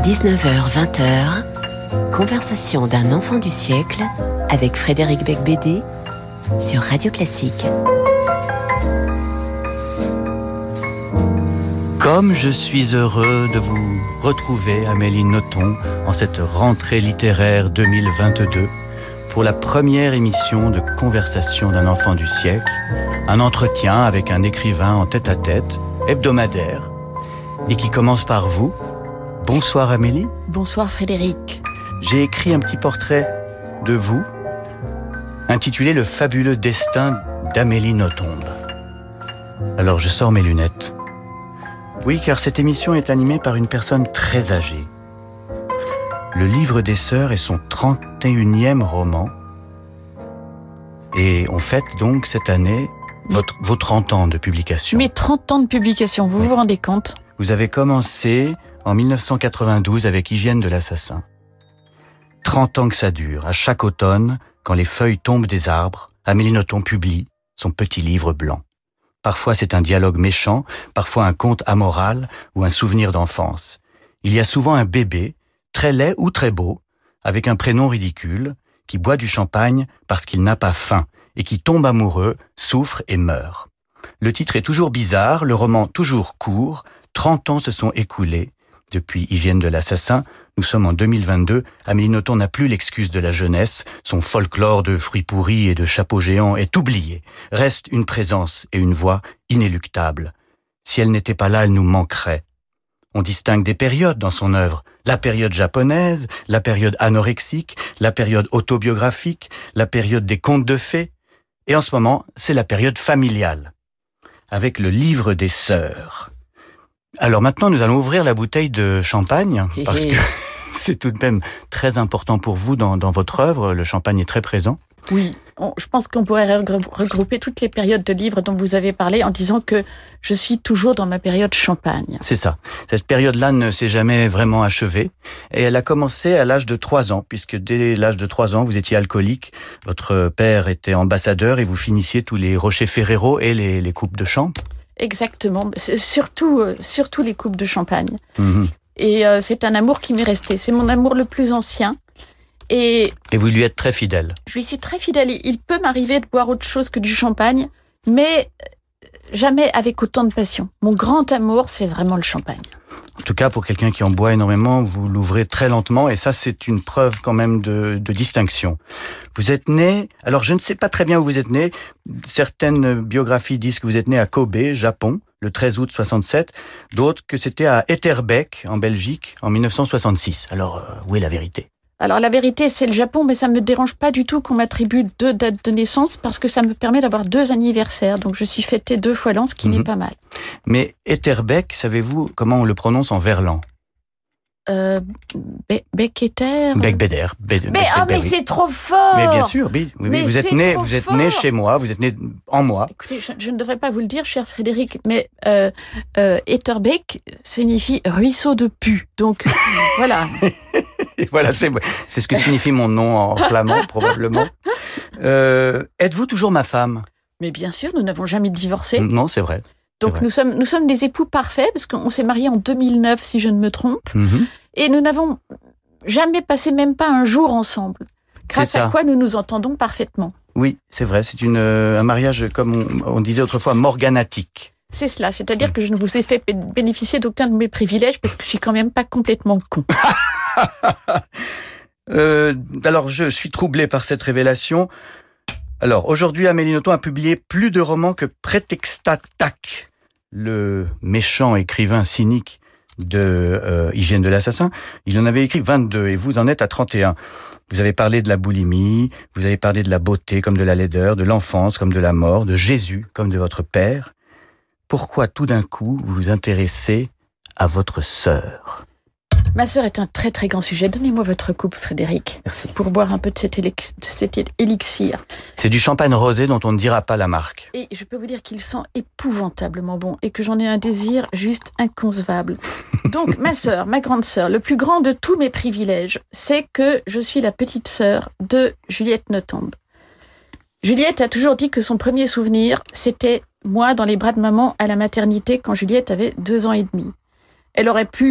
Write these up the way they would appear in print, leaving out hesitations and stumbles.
19h-20h, conversation d'un enfant du siècle avec Frédéric Becbédé sur Radio Classique. Comme je suis heureux de vous retrouver, Amélie Nothomb, en cette rentrée littéraire 2022, pour la première émission de Conversation d'un enfant du siècle, un entretien avec un écrivain en tête-à-tête, hebdomadaire, et qui commence par vous. Bonsoir Amélie. Bonsoir Frédéric. J'ai écrit un petit portrait de vous, intitulé « Le fabuleux destin d'Amélie Nothomb ». Alors je sors mes lunettes. Oui, car cette émission est animée par une personne très âgée. Le Livre des Sœurs est son 31e roman. Et on fête donc cette année vos 30 ans de publication. Mes 30 ans de publication, vous vous rendez compte ? Vous avez commencé en 1992 avec Hygiène de l'assassin. 30 ans que ça dure. À chaque automne, quand les feuilles tombent des arbres, Amélie Nothomb publie son petit livre blanc. Parfois c'est un dialogue méchant, parfois un conte amoral ou un souvenir d'enfance. Il y a souvent un bébé, très laid ou très beau, avec un prénom ridicule, qui boit du champagne parce qu'il n'a pas faim et qui tombe amoureux, souffre et meurt. Le titre est toujours bizarre, le roman toujours court, 30 ans se sont écoulés. Depuis Hygiène de l'assassin, nous sommes en 2022, Amélie Nothomb n'a plus l'excuse de la jeunesse, son folklore de fruits pourris et de chapeaux géants est oublié. Reste une présence et une voix inéluctables. Si elle n'était pas là, elle nous manquerait. On distingue des périodes dans son œuvre. La période japonaise, la période anorexique, la période autobiographique, la période des contes de fées. Et en ce moment, c'est la période familiale. Avec le Livre des Sœurs. Alors maintenant, nous allons ouvrir la bouteille de champagne, parce que c'est tout de même très important pour vous dans votre œuvre. Le champagne est très présent. Oui, je pense qu'on pourrait regrouper toutes les périodes de livres dont vous avez parlé en disant que je suis toujours dans ma période champagne. C'est ça. Cette période-là ne s'est jamais vraiment achevée. Et elle a commencé à l'âge de 3 ans, puisque dès l'âge de 3 ans, vous étiez alcoolique. Votre père était ambassadeur et vous finissiez tous les Rocher Ferrero et les coupes de champ. Exactement, surtout les coupes de champagne. Mmh. Et c'est un amour qui m'est resté. C'est mon amour le plus ancien. Et vous lui êtes très fidèle. Je lui suis très fidèle. Il peut m'arriver de boire autre chose que du champagne, mais jamais avec autant de passion. Mon grand amour, c'est vraiment le champagne. En tout cas, pour quelqu'un qui en boit énormément, vous l'ouvrez très lentement, et ça, c'est une preuve quand même de distinction. Vous êtes né, alors je ne sais pas très bien où vous êtes né. Certaines biographies disent que vous êtes né à Kobe, Japon, le 13 août 67. D'autres que c'était à Etterbeek, en Belgique, en 1966. Alors, où est la vérité ? Alors la vérité, c'est le Japon, mais ça me dérange pas du tout qu'on m'attribue 2 dates de naissance parce que ça me permet d'avoir 2 anniversaires. Donc je suis fêtée 2 fois l'an, ce qui n'est pas mal. Mais Etterbeek, savez-vous comment on le prononce en verlan ? Becketer. Becbéder. Mais c'est trop fort. Mais bien sûr, oui. Vous êtes né chez moi, vous êtes né en moi. Écoutez, je ne devrais pas vous le dire, cher Frédéric, mais Etterbeek signifie ruisseau de pu. Donc voilà. Et voilà, c'est ce que signifie mon nom en flamand, probablement. Êtes-vous toujours ma femme ? Mais bien sûr, nous n'avons jamais divorcé. Non, c'est vrai. Donc nous sommes des époux parfaits, parce qu'on s'est mariés en 2009, si je ne me trompe. Mm-hmm. Et nous n'avons jamais passé même pas un jour ensemble. Grâce à quoi nous nous entendons parfaitement. Oui, c'est vrai. C'est un mariage, comme on disait autrefois, morganatique. C'est cela, c'est-à-dire que je ne vous ai fait bénéficier d'aucun de mes privilèges, parce que je suis quand même pas complètement con. Alors, je suis troublé par cette révélation. Alors, aujourd'hui, Amélie Nothomb a publié plus de romans que Prétextatac, le méchant écrivain cynique de Hygiène de l'assassin. Il en avait écrit 22 et vous en êtes à 31. Vous avez parlé de la boulimie, vous avez parlé de la beauté comme de la laideur, de l'enfance comme de la mort, de Jésus comme de votre père. Pourquoi tout d'un coup vous vous intéressez à votre sœur ? Ma sœur est un très très grand sujet. Donnez-moi votre coupe, Frédéric. Merci. Pour boire un peu de cet élixir. C'est du champagne rosé dont on ne dira pas la marque. Et je peux vous dire qu'il sent épouvantablement bon et que j'en ai un désir juste inconcevable. Donc, ma sœur, ma grande sœur, le plus grand de tous mes privilèges, c'est que je suis la petite sœur de Juliette Nothomb. Juliette a toujours dit que son premier souvenir, c'était moi dans les bras de maman à la maternité quand Juliette avait 2 ans et demi. Elle aurait pu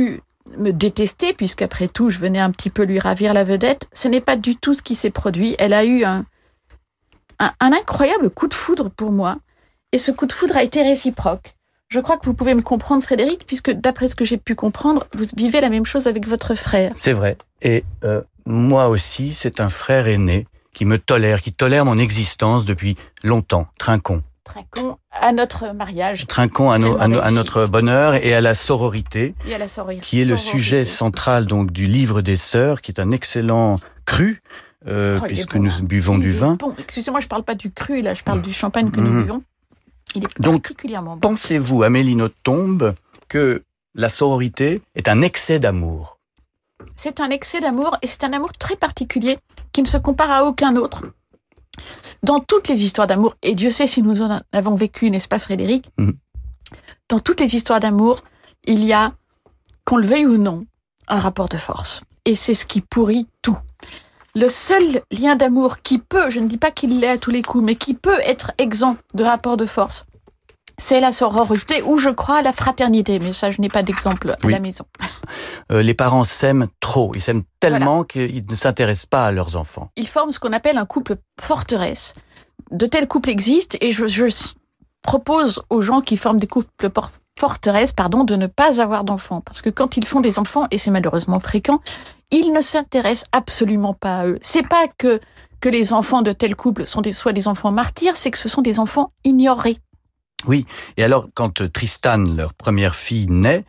me détester, puisqu'après tout, je venais un petit peu lui ravir la vedette. Ce n'est pas du tout ce qui s'est produit. Elle a eu un incroyable coup de foudre pour moi. Et ce coup de foudre a été réciproque. Je crois que vous pouvez me comprendre, Frédéric, puisque d'après ce que j'ai pu comprendre, vous vivez la même chose avec votre frère. C'est vrai. Et moi aussi, c'est un frère aîné qui tolère mon existence depuis longtemps. Trinquons à notre mariage. Trinquons à notre bonheur et à la sororité, qui est le sujet central donc du livre des sœurs, qui est un excellent cru, puisque nous buvons du vin. Bon, excusez-moi, je ne parle pas du cru, là, je parle du champagne que nous buvons. Il est particulièrement bon. Pensez-vous, Amélie Nothomb, que la sororité est un excès d'amour? C'est un excès d'amour, et c'est un amour très particulier, qui ne se compare à aucun autre. Dans toutes les histoires d'amour, et Dieu sait si nous en avons vécu, n'est-ce pas Frédéric? Dans toutes les histoires d'amour, il y a, qu'on le veuille ou non, un rapport de force. Et c'est ce qui pourrit tout. Le seul lien d'amour qui peut, je ne dis pas qu'il l'est à tous les coups, mais qui peut être exempt de rapport de force, c'est la sororité, ou je crois à la fraternité, mais ça je n'ai pas d'exemple à la maison. Les parents s'aiment trop, ils s'aiment tellement qu'ils ne s'intéressent pas à leurs enfants. Ils forment ce qu'on appelle un couple forteresse. De tels couples existent, et je propose aux gens qui forment des couples forteresses, de ne pas avoir d'enfants. Parce que quand ils font des enfants, et c'est malheureusement fréquent, ils ne s'intéressent absolument pas à eux. C'est pas que les enfants de tels couples sont soit des enfants martyrs, c'est que ce sont des enfants ignorés. Oui, et alors quand Tristan, leur première fille, naît,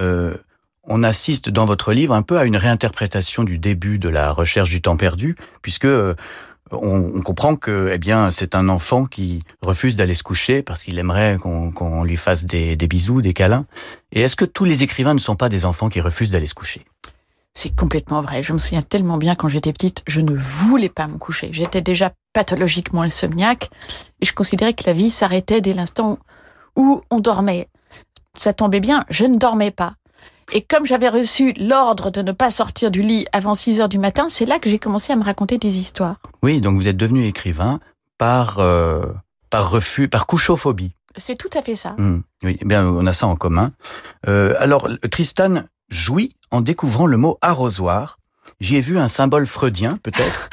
on assiste dans votre livre un peu à une réinterprétation du début de la recherche du temps perdu, puisque on comprend que c'est un enfant qui refuse d'aller se coucher parce qu'il aimerait qu'on lui fasse des bisous, des câlins. Et est-ce que tous les écrivains ne sont pas des enfants qui refusent d'aller se coucher? C'est complètement vrai. Je me souviens tellement bien quand j'étais petite, je ne voulais pas me coucher. J'étais déjà pathologiquement insomniaque et je considérais que la vie s'arrêtait dès l'instant où on dormait. Ça tombait bien, je ne dormais pas. Et comme j'avais reçu l'ordre de ne pas sortir du lit avant 6 heures du matin, c'est là que j'ai commencé à me raconter des histoires. Oui, donc vous êtes devenu écrivain par refus, par couchophobie. C'est tout à fait ça. Oui, on a ça en commun. Alors, Tristan jouit en découvrant le mot arrosoir. J'y ai vu un symbole freudien, peut-être.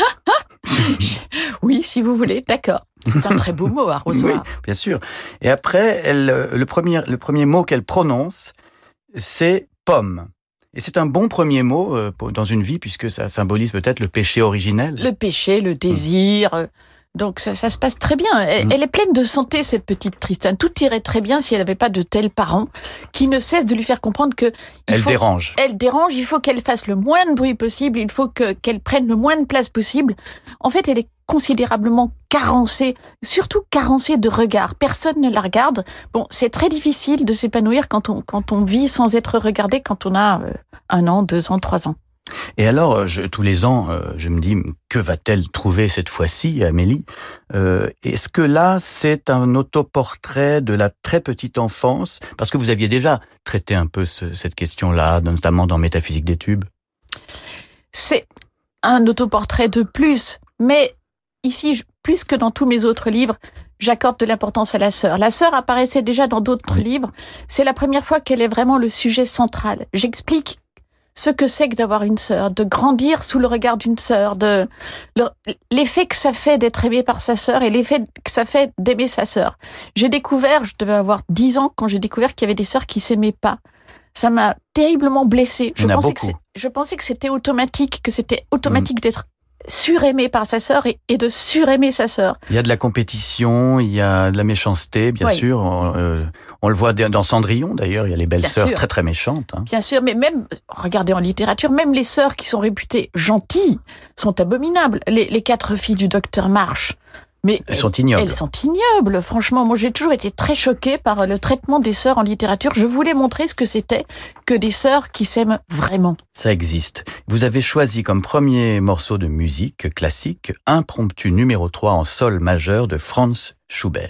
Oui, si vous voulez, d'accord. C'est un très beau mot, arrosoir. Oui, bien sûr. Et après, le premier mot qu'elle prononce, c'est pomme. Et c'est un bon premier mot dans une vie, puisque ça symbolise peut-être le péché originel. Le péché, le désir. Donc ça se passe très bien. Elle est pleine de santé, cette petite Tristan. Tout irait très bien si elle n'avait pas de tels parents qui ne cessent de lui faire comprendre que... Elle dérange, il faut qu'elle fasse le moins de bruit possible, il faut qu'elle prenne le moins de place possible. En fait, elle est considérablement carencée, surtout carencée de regard. Personne ne la regarde. Bon, c'est très difficile de s'épanouir quand on vit sans être regardé, quand on a 1 an, 2 ans, 3 ans. Et alors, tous les ans, je me dis, que va-t-elle trouver cette fois-ci, Amélie? Est-ce que là, c'est un autoportrait de la très petite enfance? Parce que vous aviez déjà traité un peu cette question-là, notamment dans Métaphysique des tubes. C'est un autoportrait de plus, mais ici, plus que dans tous mes autres livres, j'accorde de l'importance à la sœur. La sœur apparaissait déjà dans d'autres livres. C'est la première fois qu'elle est vraiment le sujet central. J'explique ce que c'est que d'avoir une sœur, de grandir sous le regard d'une sœur, l'effet que ça fait d'être aimé par sa sœur et l'effet que ça fait d'aimer sa sœur. J'ai découvert, je devais avoir 10 ans quand j'ai découvert qu'il y avait des sœurs qui s'aimaient pas. Ça m'a terriblement blessée. Je pensais que c'était automatique, d'être suraimé par sa sœur et de suraimer sa sœur. Il y a de la compétition, il y a de la méchanceté, bien sûr. On le voit dans Cendrillon, d'ailleurs, il y a les belles sœurs très très méchantes. Bien sûr, mais même, regardez en littérature, même les sœurs qui sont réputées gentilles sont abominables. Les 4 filles du docteur March. Mais elles sont ignobles. Elles sont ignobles, franchement. Moi, j'ai toujours été très choquée par le traitement des sœurs en littérature. Je voulais montrer ce que c'était que des sœurs qui s'aiment vraiment. Ça existe. Vous avez choisi comme premier morceau de musique classique Impromptu numéro 3 en sol majeur de Franz Schubert.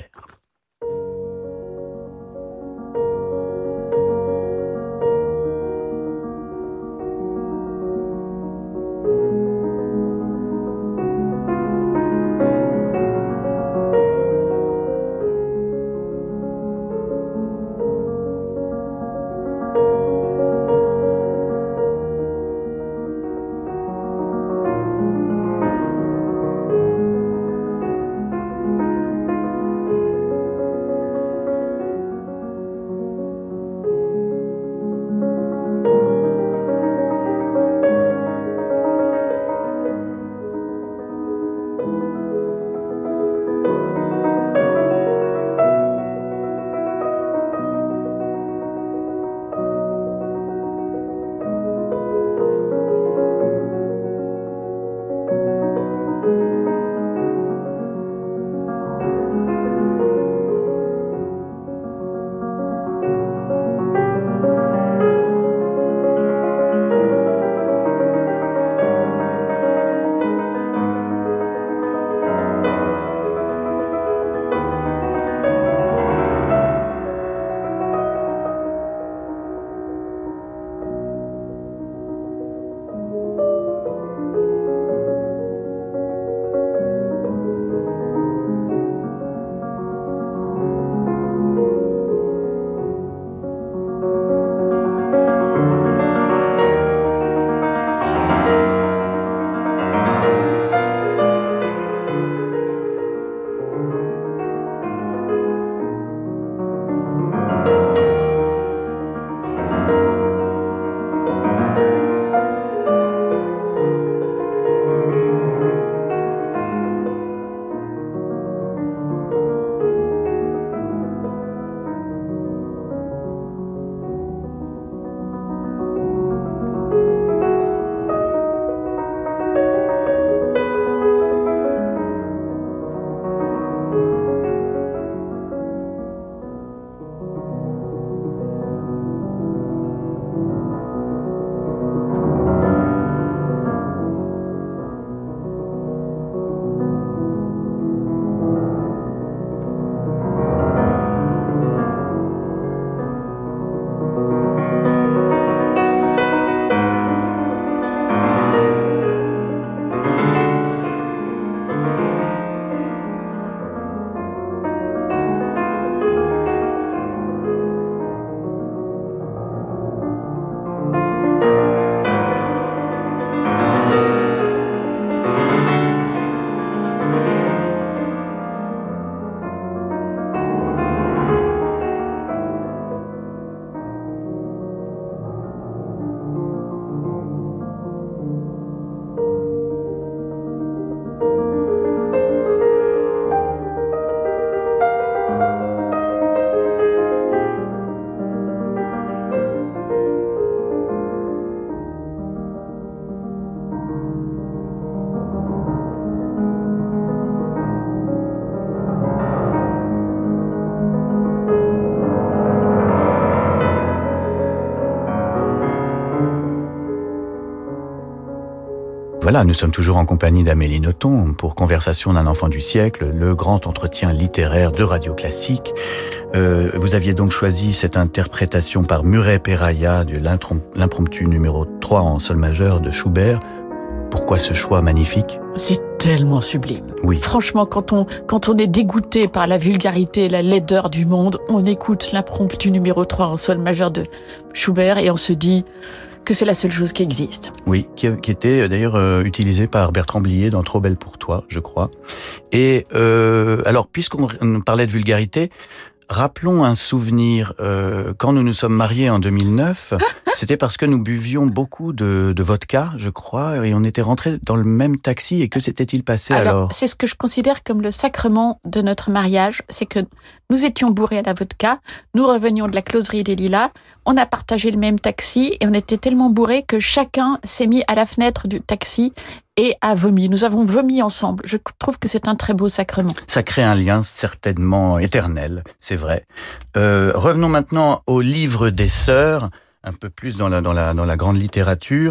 voilà, nous sommes toujours en compagnie d'Amélie Nothomb pour Conversation d'un enfant du siècle, le grand entretien littéraire de Radio Classique. Vous aviez donc choisi cette interprétation par Murray Peraya de l'impromptu numéro 3 en sol majeur de Schubert. Pourquoi ce choix magnifique ? C'est tellement sublime. Oui. Franchement, quand on est dégoûté par la vulgarité et la laideur du monde, on écoute l'impromptu numéro 3 en sol majeur de Schubert et on se dit que c'est la seule chose qui existe. Oui, qui était d'ailleurs utilisé par Bertrand Blier dans Trop belle pour toi, je crois. Et alors, puisqu'on parlait de vulgarité, rappelons un souvenir. Quand nous nous sommes mariés en 2009, c'était parce que nous buvions beaucoup de vodka, je crois, et on était rentrés dans le même taxi. Et que s'était-il passé alors ? C'est ce que je considère comme le sacrement de notre mariage. C'est que nous étions bourrés à la vodka, nous revenions de la closerie des Lilas, on a partagé le même taxi et on était tellement bourrés que chacun s'est mis à la fenêtre du taxi et a vomi. Nous avons vomi ensemble. Je trouve que c'est un très beau sacrement. Ça crée un lien certainement éternel, c'est vrai. Revenons maintenant au livre des sœurs, un peu plus dans la grande littérature.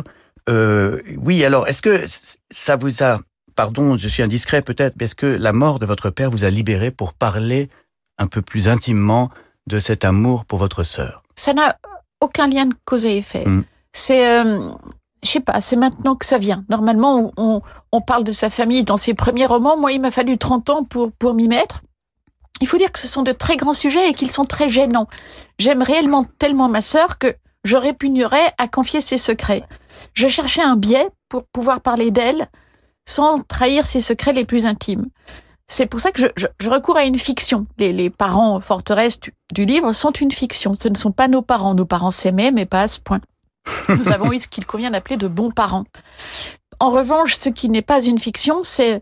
Oui, alors, est-ce que ça vous a... Pardon, je suis indiscret peut-être, mais est-ce que la mort de votre père vous a libéré pour parler un peu plus intimement de cet amour pour votre sœur ? Ça n'a aucun lien de cause à effet. C'est... je sais pas, c'est maintenant que ça vient. Normalement, on parle de sa famille dans ses premiers romans. Moi, il m'a fallu 30 ans pour m'y mettre. Il faut dire que ce sont de très grands sujets et qu'ils sont très gênants. J'aime réellement tellement ma sœur que je répugnerais à confier ses secrets. Je cherchais un biais pour pouvoir parler d'elle sans trahir ses secrets les plus intimes. C'est pour ça que je recours à une fiction. Les parents forteresses du livre sont une fiction. Ce ne sont pas nos parents. Nos parents s'aimaient, mais pas à ce point. Nous avons eu ce qu'il convient d'appeler de bons parents. En revanche, ce qui n'est pas une fiction, c'est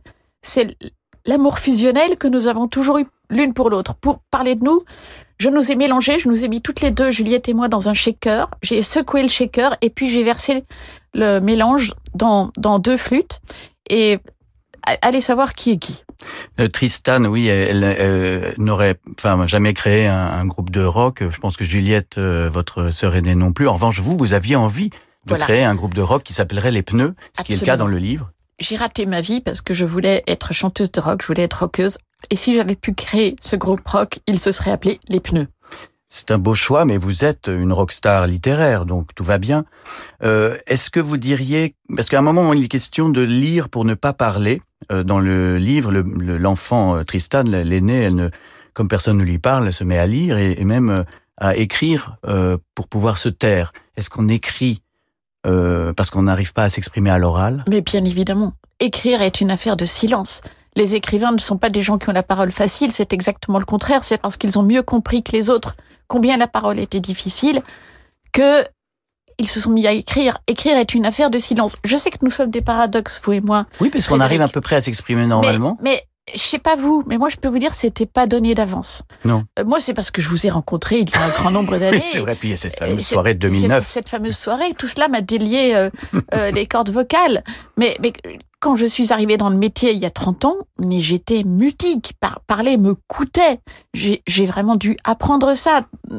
l'amour fusionnel que nous avons toujours eu l'une pour l'autre. Pour parler de nous, je nous ai mélangés, je nous ai mis toutes les deux, Juliette et moi, dans un shaker. J'ai secoué le shaker et puis j'ai versé le mélange dans 2 flûtes. Et allez savoir qui est qui. Tristan, oui, elle n'aurait jamais créé un groupe de rock. Je pense que Juliette, votre sœur aînée non plus. En revanche, vous aviez envie de créer un groupe de rock qui s'appellerait Les Pneus, ce qui est le cas dans le livre. J'ai raté ma vie parce que je voulais être chanteuse de rock, je voulais être rockeuse. Et si j'avais pu créer ce groupe rock, il se serait appelé Les Pneus. C'est un beau choix, mais vous êtes une rockstar littéraire, donc tout va bien. Est-ce que vous diriez... Parce qu'à un moment, il est question de lire pour ne pas parler. Dans le livre, l'enfant Tristan, l'aîné, comme personne ne lui parle, elle se met à lire et même à écrire pour pouvoir se taire. Est-ce qu'on écrit parce qu'on n'arrive pas à s'exprimer à l'oral ? Mais bien évidemment. Écrire est une affaire de silence. Les écrivains ne sont pas des gens qui ont la parole facile, c'est exactement le contraire. C'est parce qu'ils ont mieux compris que les autres combien la parole était difficile que ils se sont mis à écrire. Écrire est une affaire de silence. Je sais que nous sommes des paradoxes, vous et moi. Oui, parce qu'on arrive à peu près à s'exprimer normalement. Mais je sais pas vous, mais moi je peux vous dire, c'était pas donné d'avance. Non. Moi, c'est parce que je vous ai rencontré il y a un grand nombre d'années. Oui, c'est vrai, puis il y a cette fameuse soirée de 2009. Cette fameuse soirée, tout cela m'a délié les cordes vocales. Mais quand je suis arrivée dans le métier il y a 30 ans, mais j'étais mutique. Parler me coûtait. J'ai vraiment dû apprendre ça.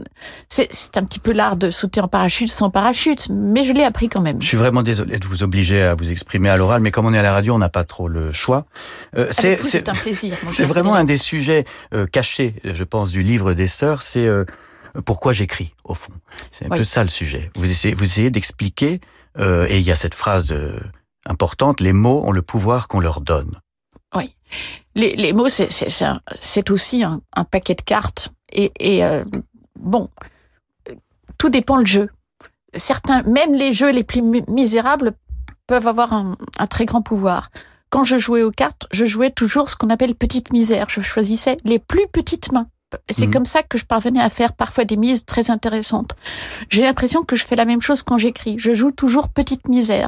C'est un petit peu l'art de sauter en parachute sans parachute, mais je l'ai appris quand même. Je suis vraiment désolé de vous obliger à vous exprimer à l'oral, mais comme on est à la radio, on n'a pas trop le choix. C'est un plaisir. C'est vraiment un des sujets cachés, je pense, du livre des sœurs. C'est pourquoi j'écris, au fond. C'est un peu ça le sujet. Vous essayez d'expliquer, et il y a cette phrase importante, les mots ont le pouvoir qu'on leur donne. Oui. Les mots, c'est aussi un paquet de cartes. Et bon, tout dépend le jeu. Certains, même les jeux les plus misérables peuvent avoir un très grand pouvoir. Quand je jouais aux cartes, je jouais toujours ce qu'on appelle petite misère. Je choisissais les plus petites mains. C'est comme ça que je parvenais à faire parfois des mises très intéressantes. J'ai l'impression que je fais la même chose quand j'écris. Je joue toujours petite misère.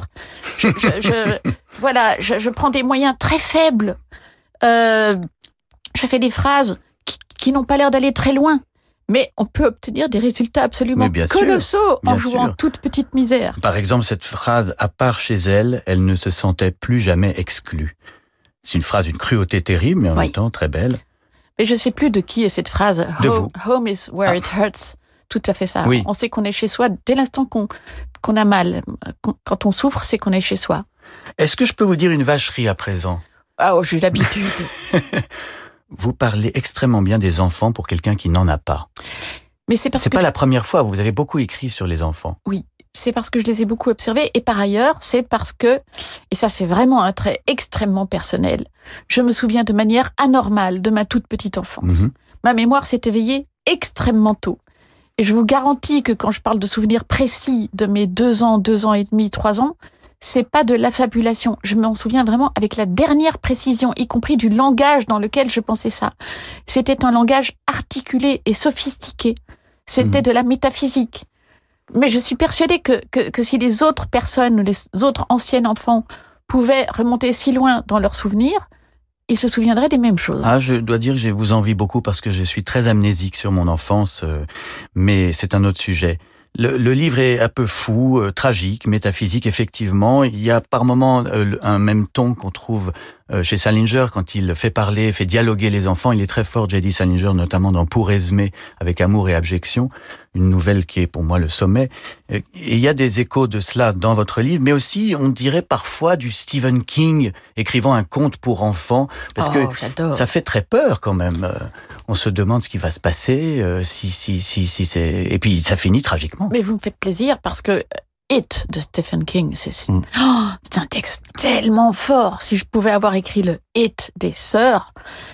Je prends des moyens très faibles. Je fais des phrases qui n'ont pas l'air d'aller très loin. Mais on peut obtenir des résultats absolument colossaux en jouant toute petite misère. Par exemple, cette phrase « à part chez elle, elle ne se sentait plus jamais exclue ». C'est une phrase d'une cruauté terrible, mais en même temps très belle. Mais je ne sais plus de qui est cette phrase. De vous. Home is where it hurts. Tout à fait ça. Oui. On sait qu'on est chez soi dès l'instant qu'on a mal. Quand on souffre, c'est qu'on est chez soi. Est-ce que je peux vous dire une vacherie à présent? Ah, oh, j'ai l'habitude. Vous parlez extrêmement bien des enfants pour quelqu'un qui n'en a pas. Mais c'est parce C'est que pas la première fois, vous avez beaucoup écrit sur les enfants. Oui, c'est parce que je les ai beaucoup observés. Et par ailleurs, c'est parce que, et ça c'est vraiment un trait extrêmement personnel, je me souviens de manière anormale de ma toute petite enfance. Ma mémoire s'est éveillée extrêmement tôt. Et je vous garantis que quand je parle de souvenirs précis de mes 2 ans, 2 ans et demi, 3 ans, c'est pas de l'affabulation. Je m'en souviens vraiment avec la dernière précision, y compris du langage dans lequel je pensais ça. C'était un langage articulé et sophistiqué. C'était de la métaphysique. Mais je suis persuadée que si les autres personnes, les autres anciens enfants pouvaient remonter si loin dans leurs souvenirs, ils se souviendraient des mêmes choses. Ah, je dois dire que je vous envie beaucoup parce que je suis très amnésique sur mon enfance, mais c'est un autre sujet. Le livre est un peu fou, tragique, métaphysique, effectivement. Il y a par moments un même ton qu'on trouve chez Salinger quand il fait parler, fait dialoguer les enfants. Il est très fort, J.D. Salinger, notamment dans Pour Esmé, avec Amour et Abjection, une nouvelle qui est pour moi le sommet. Et il y a des échos de cela dans votre livre, mais aussi, on dirait parfois du Stephen King écrivant un conte pour enfants, parce que j'adore. Ça fait très peur quand même. On se demande ce qui va se passer, si c'est... Et puis ça finit tragiquement. Mais vous me faites plaisir parce que It de Stephen King, c'est un texte tellement fort. Si je pouvais avoir écrit le It des sœurs,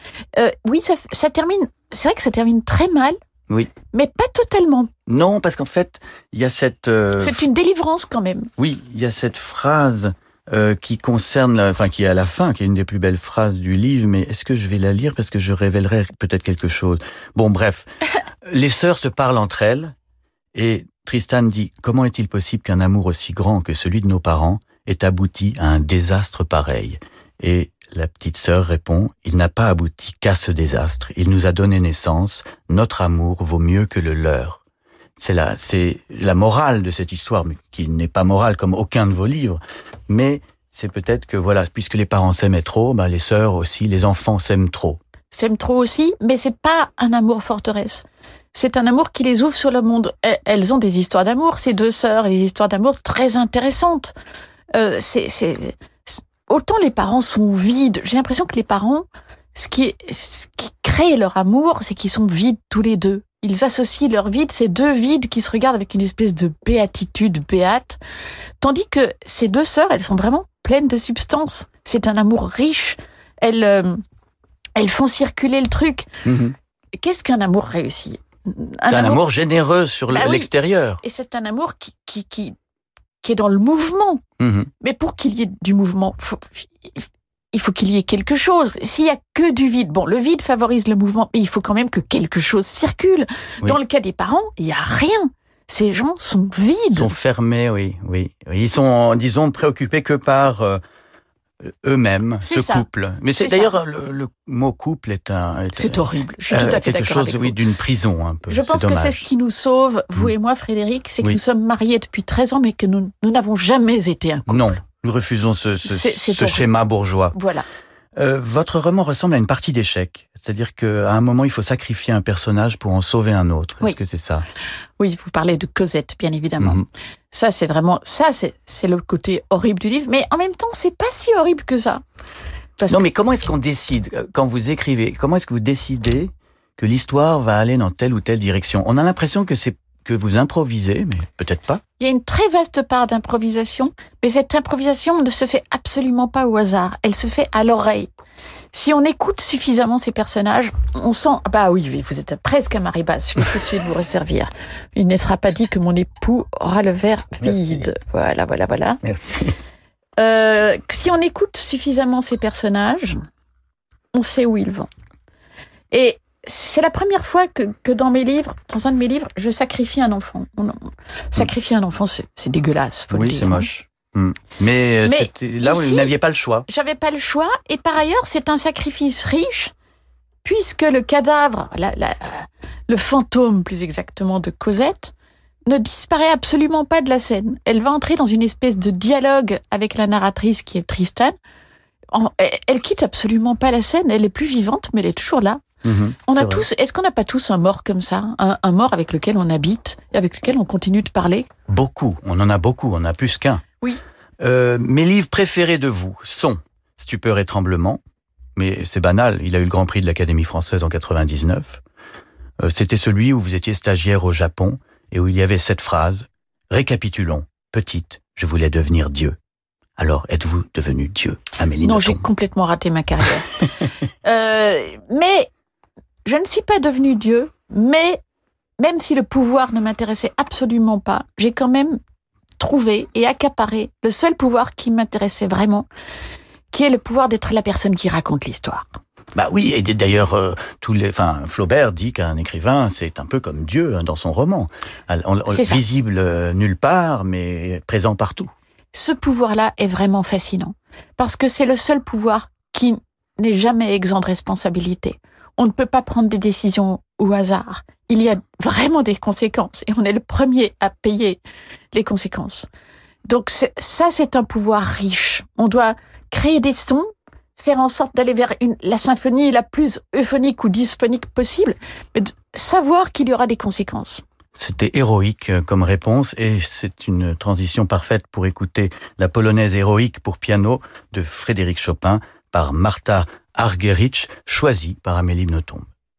oui, ça termine. C'est vrai que ça termine très mal. Oui. Mais pas totalement. Non, parce qu'en fait, il y a cette... C'est une délivrance quand même. Oui, il y a cette phrase qui concerne, qui est à la fin, qui est une des plus belles phrases du livre, mais est-ce que je vais la lire parce que je révélerai peut-être quelque chose. Bon, bref, les sœurs se parlent entre elles et Tristan dit « Comment est-il possible qu'un amour aussi grand que celui de nos parents ait abouti à un désastre pareil ?» Et la petite sœur répond « Il n'a pas abouti qu'à ce désastre. Il nous a donné naissance. Notre amour vaut mieux que le leur. » C'est la morale de cette histoire, mais qui n'est pas morale comme aucun de vos livres. Mais c'est peut-être que, voilà, puisque les parents s'aimaient trop, les sœurs aussi, les enfants s'aiment trop. S'aiment trop aussi, mais c'est pas un amour forteresse. C'est un amour qui les ouvre sur le monde. Elles ont des histoires d'amour, ces 2 sœurs, des histoires d'amour très intéressantes. Autant les parents sont vides. J'ai l'impression que les parents, ce qui crée leur amour, c'est qu'ils sont vides tous les deux. Ils associent leur vide, ces 2 vides qui se regardent avec une espèce de béatitude béate. Tandis que ces 2 sœurs, elles sont vraiment pleines de substance. C'est un amour riche. Elles font circuler le truc. Qu'est-ce qu'un amour réussi? C'est un amour généreux sur l'extérieur. Et c'est un amour qui est dans le mouvement. Mais pour qu'il y ait du mouvement, il faut qu'il y ait quelque chose. S'il y a que du vide, le vide favorise le mouvement, mais il faut quand même que quelque chose circule. Oui. Dans le cas des parents, il n'y a rien. Ces gens sont vides. Ils sont fermés, oui. Ils sont, disons, préoccupés que par eux-mêmes, couple. Mais c'est d'ailleurs, le mot couple c'est horrible. Je suis tout à fait quelque d'accord avec chose, vous. d'une prison, un peu. Je pense que c'est ce qui nous sauve, vous et moi, Frédéric, c'est que nous sommes mariés depuis 13 ans, mais que nous n'avons jamais été un couple. Non. Nous refusons ce schéma bourgeois. Voilà. Votre roman ressemble à une partie d'échecs. C'est-à-dire qu'à un moment, il faut sacrifier un personnage pour en sauver un autre. Est-ce que c'est ça? Oui, vous parlez de Cosette, bien évidemment. Ça, c'est vraiment... Ça, c'est le côté horrible du livre. Mais en même temps, c'est pas si horrible que ça. Mais comment est-ce qu'on décide, quand vous écrivez, comment est-ce que vous décidez que l'histoire va aller dans telle ou telle direction? On a l'impression que vous improvisez, mais peut-être pas. Il y a une très vaste part d'improvisation, mais cette improvisation ne se fait absolument pas au hasard. Elle se fait à l'oreille. Si on écoute suffisamment ces personnages, on sent... Oui, vous êtes presque à marée basse, je vais tout de suite vous resservir. Il ne sera pas dit que mon époux aura le verre vide. Merci. Voilà. Merci. Si on écoute suffisamment ces personnages, on sait où ils vont. Et c'est la première fois que dans un de mes livres, je sacrifie un enfant. Sacrifier un enfant, c'est dégueulasse, faut le dire. Oui, c'est moche. Mais là, vous n'aviez pas le choix. J'avais pas le choix. Et par ailleurs, c'est un sacrifice riche, puisque le cadavre, le fantôme, plus exactement, de Cosette, ne disparaît absolument pas de la scène. Elle va entrer dans une espèce de dialogue avec la narratrice qui est Tristan. Elle quitte absolument pas la scène. Elle est plus vivante, mais elle est toujours là. Est-ce qu'on n'a pas tous un mort comme ça, un mort avec lequel on habite et avec lequel on continue de parler? Beaucoup, on en a beaucoup, on a plus qu'un. Oui. Mes livres préférés de vous sont Stupeur et tremblement, mais c'est banal, il a eu le Grand Prix de l'Académie française en 99. C'était celui où vous étiez stagiaire au Japon et où il y avait cette phrase « Récapitulons, petite, je voulais devenir Dieu ». Alors, êtes-vous devenue Dieu, Amélie Nothomb ? Non, j'ai complètement raté ma carrière. Mais je ne suis pas devenue Dieu, mais même si le pouvoir ne m'intéressait absolument pas, j'ai quand même trouvé et accaparé le seul pouvoir qui m'intéressait vraiment, qui est le pouvoir d'être la personne qui raconte l'histoire. Bah oui, et d'ailleurs, Flaubert dit qu'un écrivain, c'est un peu comme Dieu dans son roman. Visible nulle part, mais présent partout. Ce pouvoir-là est vraiment fascinant, parce que c'est le seul pouvoir qui n'est jamais exempt de responsabilité. On ne peut pas prendre des décisions au hasard. Il y a vraiment des conséquences, et on est le premier à payer les conséquences. Donc c'est un pouvoir riche. On doit créer des sons, faire en sorte d'aller vers la symphonie la plus euphonique ou dysphonique possible, mais de savoir qu'il y aura des conséquences. C'était héroïque comme réponse et c'est une transition parfaite pour écouter la polonaise héroïque pour piano de Frédéric Chopin par Martha Argerich, choisie par Amélie Nothomb.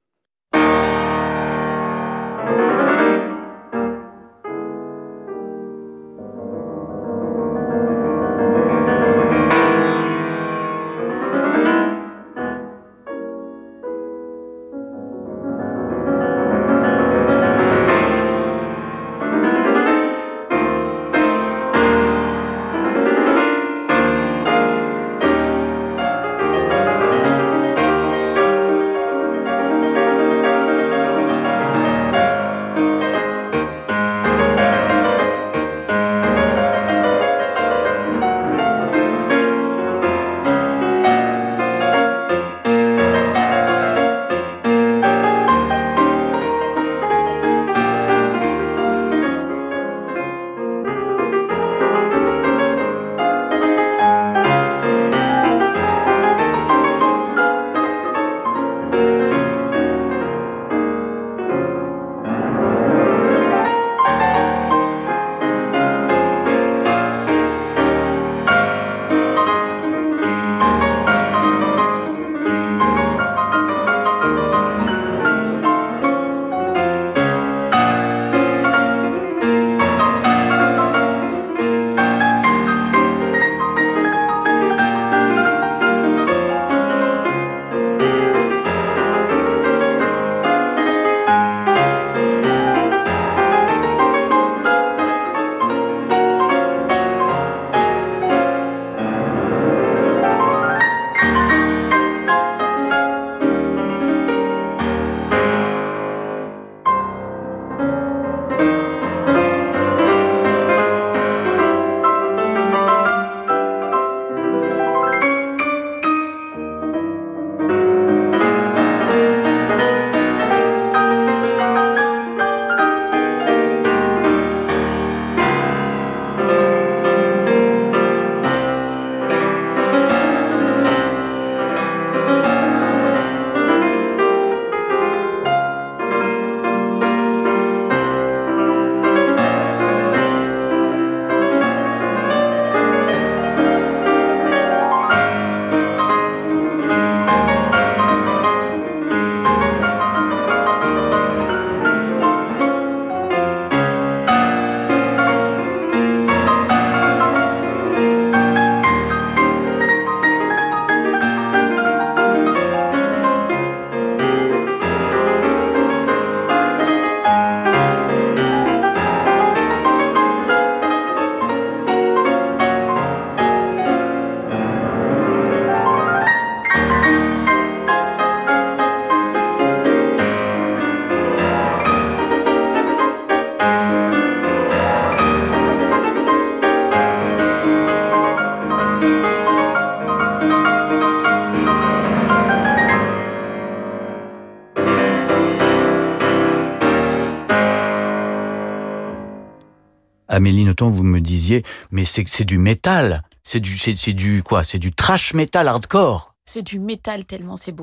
Amélie Nothomb, vous me disiez, mais c'est du métal, c'est du quoi ? C'est du trash metal hardcore. C'est du métal tellement c'est beau.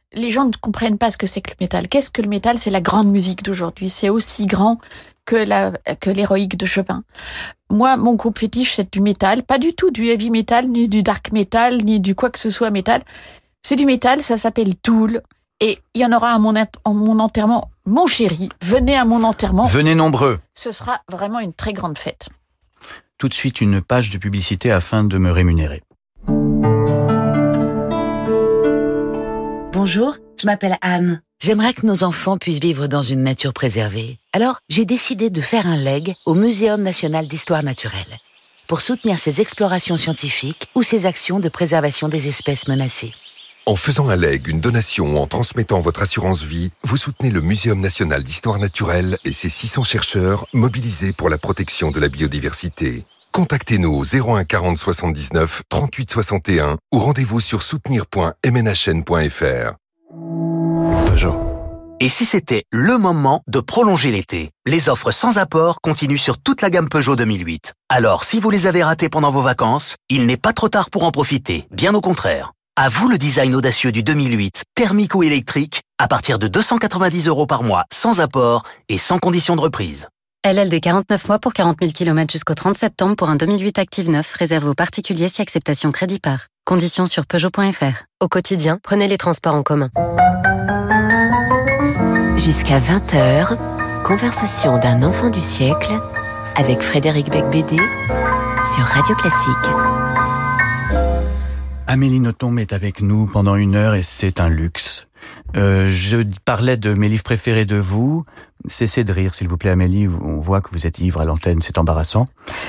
les gens ne comprennent pas ce que c'est que le métal. Qu'est-ce que le métal ? C'est la grande musique d'aujourd'hui. C'est aussi grand que l'héroïque de Chopin. Moi, mon groupe fétiche, c'est du métal. Pas du tout du heavy metal, ni du dark metal, ni du quoi que ce soit métal. C'est du métal, ça s'appelle Tool. Et il y en aura à mon enterrement. Mon chéri, venez à mon enterrement. Venez nombreux. Ce sera vraiment une très grande fête. Tout de suite, une page de publicité afin de me rémunérer. Bonjour, je m'appelle Anne. J'aimerais que nos enfants puissent vivre dans une nature préservée. Alors, j'ai décidé de faire un leg au Muséum national d'histoire naturelle pour soutenir ses explorations scientifiques ou ses actions de préservation des espèces menacées. En faisant un leg, une donation ou en transmettant votre assurance vie, vous soutenez le Muséum national d'histoire naturelle et ses 600 chercheurs mobilisés pour la protection de la biodiversité. Contactez-nous au 01 40 79 38 61 ou rendez-vous sur soutenir.mnhn.fr. Peugeot. Et si c'était le moment de prolonger l'été ? Les offres sans apport continuent sur toute la gamme Peugeot 2008. Alors, si vous les avez ratées pendant vos vacances, il n'est pas trop tard pour en profiter, bien au contraire. À vous le design audacieux du 2008, thermique ou électrique, à partir de 290 € par mois, sans apport et sans condition de reprise. LLD 49 mois pour 40 000 km jusqu'au 30 septembre pour un 2008 Active 9, réservé aux particuliers si acceptation crédit par. Conditions sur Peugeot.fr. Au quotidien, prenez les transports en commun. Jusqu'à 20h, conversation d'un enfant du siècle avec Frédéric Becbédé sur Radio Classique. Amélie Nothomb est avec nous pendant 1 heure et c'est un luxe. Je parlais de mes livres préférés de vous. Cessez de rire, s'il vous plaît, Amélie. On voit que vous êtes ivre à l'antenne, c'est embarrassant.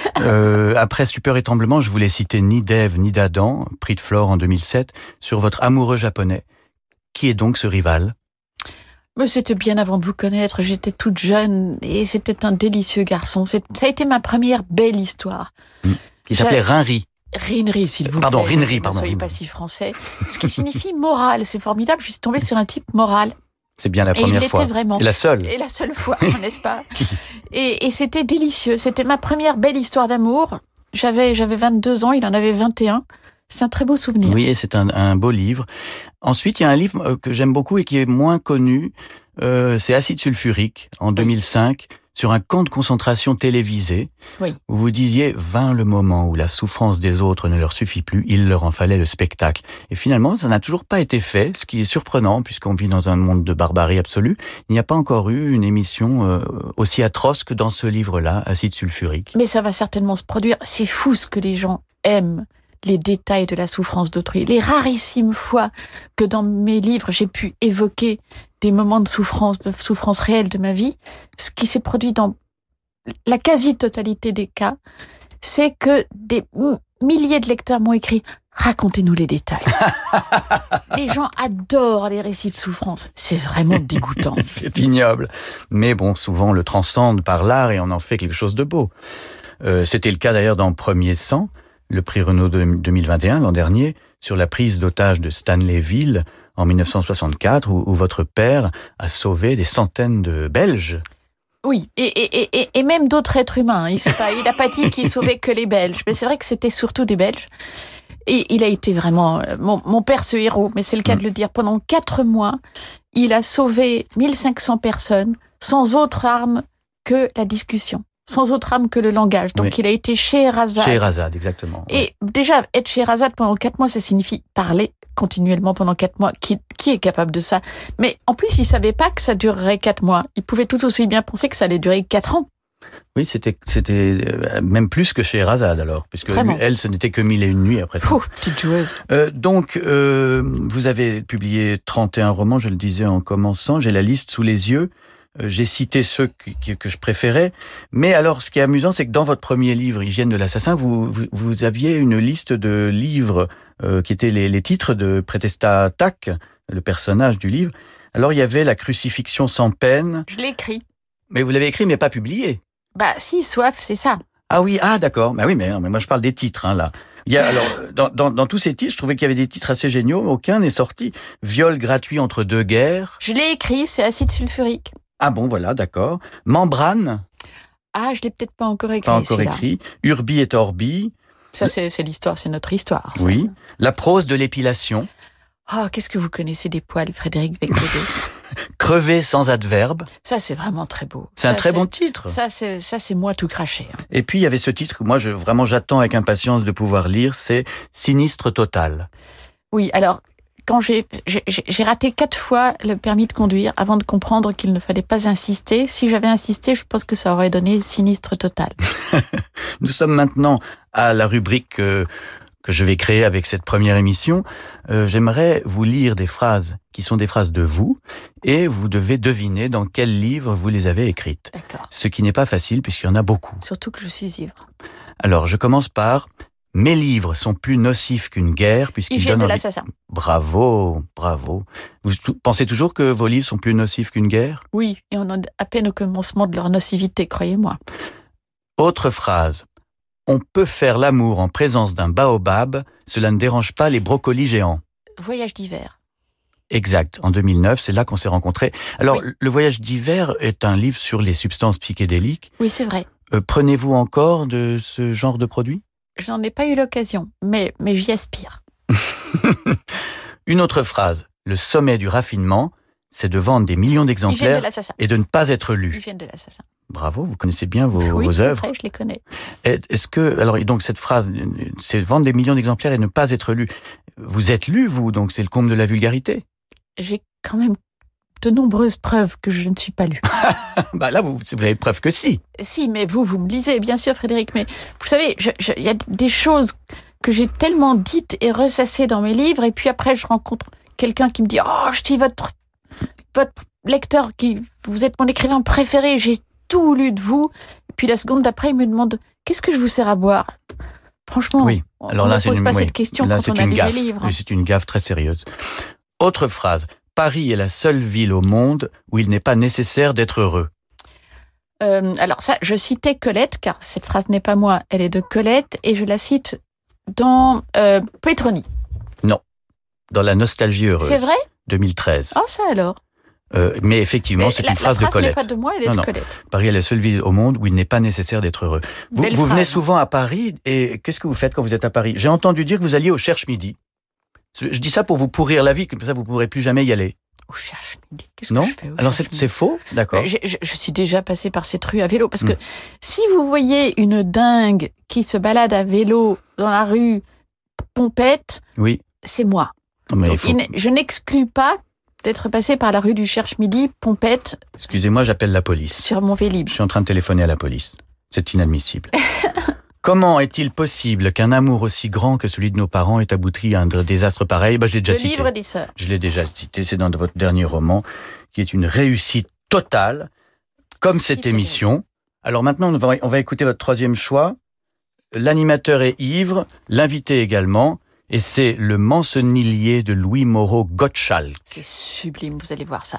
Après Stupeur et Tremblement, je voulais citer Ni d'Ève ni d'Adam, prix de Flore en 2007, sur votre amoureux japonais. Qui est donc ce rival ? Mais c'était bien avant de vous connaître. J'étais toute jeune et c'était un délicieux garçon. Ça a été ma première belle histoire. Qui s'appelait Rinnery. Rinnery, s'il vous plaît. Pardon, Rinnery, pardon. Ne soyez pas si français. Ce qui signifie moral, c'est formidable. Je suis tombée sur un type moral. C'est bien la première fois. Et il l'était vraiment. Et la seule. Et la seule fois, n'est-ce pas ? Et c'était délicieux. C'était ma première belle histoire d'amour. J'avais 22 ans, il en avait 21. C'est un très beau souvenir. Oui, et c'est un beau livre. Ensuite, il y a un livre que j'aime beaucoup et qui est moins connu. C'est Acide sulfurique, en 2005. Sur un camp de concentration télévisé, oui. Où vous disiez « vint le moment où la souffrance des autres ne leur suffit plus, il leur en fallait le spectacle ». Et finalement, ça n'a toujours pas été fait, ce qui est surprenant, puisqu'on vit dans un monde de barbarie absolue. Il n'y a pas encore eu une émission aussi atroce que dans ce livre-là, Acide sulfurique. Mais ça va certainement se produire. C'est fou ce que les gens aiment, les détails de la souffrance d'autrui. Les rarissimes fois que dans mes livres, j'ai pu évoquer des moments de souffrance réelle de ma vie, ce qui s'est produit dans la quasi-totalité des cas, c'est que des milliers de lecteurs m'ont écrit « Racontez-nous les détails ». Les gens adorent les récits de souffrance. C'est vraiment dégoûtant. C'est ignoble. Mais bon, souvent on le transcende par l'art et on en fait quelque chose de beau. C'était le cas d'ailleurs dans Premier sang, le prix Renaud 2021, l'an dernier, sur la prise d'otage de Stanleyville en 1964, où votre père a sauvé des centaines de Belges. Oui, et même d'autres êtres humains. Il n'a pas dit qu'il sauvait que les Belges, mais c'est vrai que c'était surtout des Belges. Et il a été vraiment mon père, ce héros, mais c'est le cas de le dire. Pendant 4 mois, il a sauvé 1500 personnes sans autre arme que la discussion. Sans autre âme que le langage. Donc, oui. Il a été Scheherazade. Scheherazade, exactement. Et déjà, être Scheherazade pendant 4 mois, ça signifie parler continuellement pendant 4 mois. Qui est capable de ça ? Mais en plus, il savait pas que ça durerait 4 mois. Il pouvait tout aussi bien penser que ça allait durer 4 ans. Oui, c'était même plus que Scheherazade alors, puisque elle, ce n'était que 1001 nuits après tout. Petite joueuse. Donc, vous avez publié 31 romans, je le disais en commençant. J'ai la liste sous les yeux. J'ai cité ceux que je préférais, mais alors ce qui est amusant, c'est que dans votre premier livre, Hygiène de l'assassin, vous aviez une liste de livres qui étaient les titres de Prétestat Tac, le personnage du livre. Alors il y avait La crucifixion sans peine. Je l'ai écrit. Mais vous l'avez écrit, mais pas publié. Bah si, Soif, c'est ça. Ah oui, d'accord. Bah oui, mais moi je parle des titres, là. Il y a, alors, dans tous ces titres, je trouvais qu'il y avait des titres assez géniaux, mais aucun n'est sorti. Viol gratuit entre deux guerres. Je l'ai écrit, c'est Acide sulfurique. Ah bon, voilà, d'accord. Membrane. Ah, je l'ai peut-être pas encore écrit. Pas encore écrit. Urbi et Orbi. Ça, c'est l'histoire, c'est notre histoire. Ça. Oui. La prose de l'épilation. Oh, qu'est-ce que vous connaissez des poils, Frédéric Becbédé? Crever sans adverbe. Ça, c'est vraiment très beau. C'est un très bon titre. Ça, c'est moi tout craché. Et puis, il y avait ce titre que moi, vraiment, j'attends avec impatience de pouvoir lire, c'est Sinistre total. Oui, alors, quand j'ai raté 4 fois le permis de conduire avant de comprendre qu'il ne fallait pas insister. Si j'avais insisté, je pense que ça aurait donné Sinistre total. Nous sommes maintenant à la rubrique que je vais créer avec cette première émission. J'aimerais vous lire des phrases qui sont des phrases de vous, et vous devez deviner dans quel livre vous les avez écrites. D'accord. Ce qui n'est pas facile puisqu'il y en a beaucoup. Surtout que je suis ivre. Alors, je commence par « Mes livres sont plus nocifs qu'une guerre puisqu'ils Hygiène donnent de envie... » l'assassin. Bravo, bravo. Vous pensez toujours que vos livres sont plus nocifs qu'une guerre? Oui, et on en est à peine au commencement de leur nocivité, croyez-moi. Autre phrase. On peut faire l'amour en présence d'un baobab, cela ne dérange pas les brocolis géants. Voyage d'hiver. Exact, en 2009, c'est là qu'on s'est rencontrés. Alors, Oui. Le Voyage d'hiver est un livre sur les substances psychédéliques. Oui, c'est vrai. Prenez-vous encore de ce genre de produit? Je n'en ai pas eu l'occasion, mais j'y aspire. Une autre phrase. Le sommet du raffinement, c'est de vendre des millions Hygiène d'exemplaires de l'assassin. et de ne pas être lu. Hygiène de l'assassin. Bravo, vous connaissez bien vos Oui, c'est œuvres. vrai, je les connais. Est-ce que, alors, donc cette phrase, c'est vendre des millions d'exemplaires et ne pas être lu. Vous êtes lu, vous, donc c'est le comble de la vulgarité. J'ai quand même de nombreuses preuves que je ne suis pas lue. Bah là, vous avez preuve que si. Si, mais vous me lisez, bien sûr, Frédéric, mais vous savez, il y a des choses que j'ai tellement dites et ressassées dans mes livres, et puis après, je rencontre quelqu'un qui me dit « Oh, je suis votre lecteur, vous êtes mon écrivain préféré, j'ai tout lu de vous. » Et puis la seconde d'après, il me demande « Qu'est-ce que je vous sers à boire ?» Franchement, Oui. Alors on là, ne pose pas cette question là, quand on a lu des livres. Oui, c'est une gaffe très sérieuse. Autre phrase. Paris est la seule ville au monde où il n'est pas nécessaire d'être heureux. Alors ça, je citais Colette, car cette phrase n'est pas moi, elle est de Colette, et je la cite dans Petroni. Non. Dans La nostalgie heureuse. C'est vrai? 2013. Oh, ça alors. Mais effectivement, c'est une phrase de La phrase n'est Colette. pas de moi, elle est de Colette. Paris est la seule ville au monde où il n'est pas nécessaire d'être heureux. Vous venez souvent à Paris, et qu'est-ce que vous faites quand vous êtes à Paris? J'ai entendu dire que vous alliez au Cherche-Midi. Je dis ça pour vous pourrir la vie, comme ça vous ne pourrez plus jamais y aller. Au Cherche-Midi, qu'est-ce Non? que je fais au Alors Cherche-Midi? c'est faux? D'accord. Je suis déjà passée par cette rue à vélo, parce que si vous voyez une dingue qui se balade à vélo dans la rue Pompette, Oui. c'est moi. Non, mais Donc, je n'exclus pas d'être passée par la rue du Cherche-Midi, Pompette, Excusez-moi, j'appelle la police. sur mon Vélib. Je suis en train de téléphoner à la police. C'est inadmissible. Comment est-il possible qu'un amour aussi grand que celui de nos parents ait abouti à un désastre pareil? Je l'ai déjà Le cité. livre des sœurs. Je l'ai déjà cité, c'est dans votre dernier roman, qui est une réussite totale, comme cette Super. émission. Alors maintenant, on va écouter votre troisième choix. L'animateur est ivre, l'invité également, et c'est Le Mancenillier de Louis Moreau Gottschalk. C'est sublime, vous allez voir ça.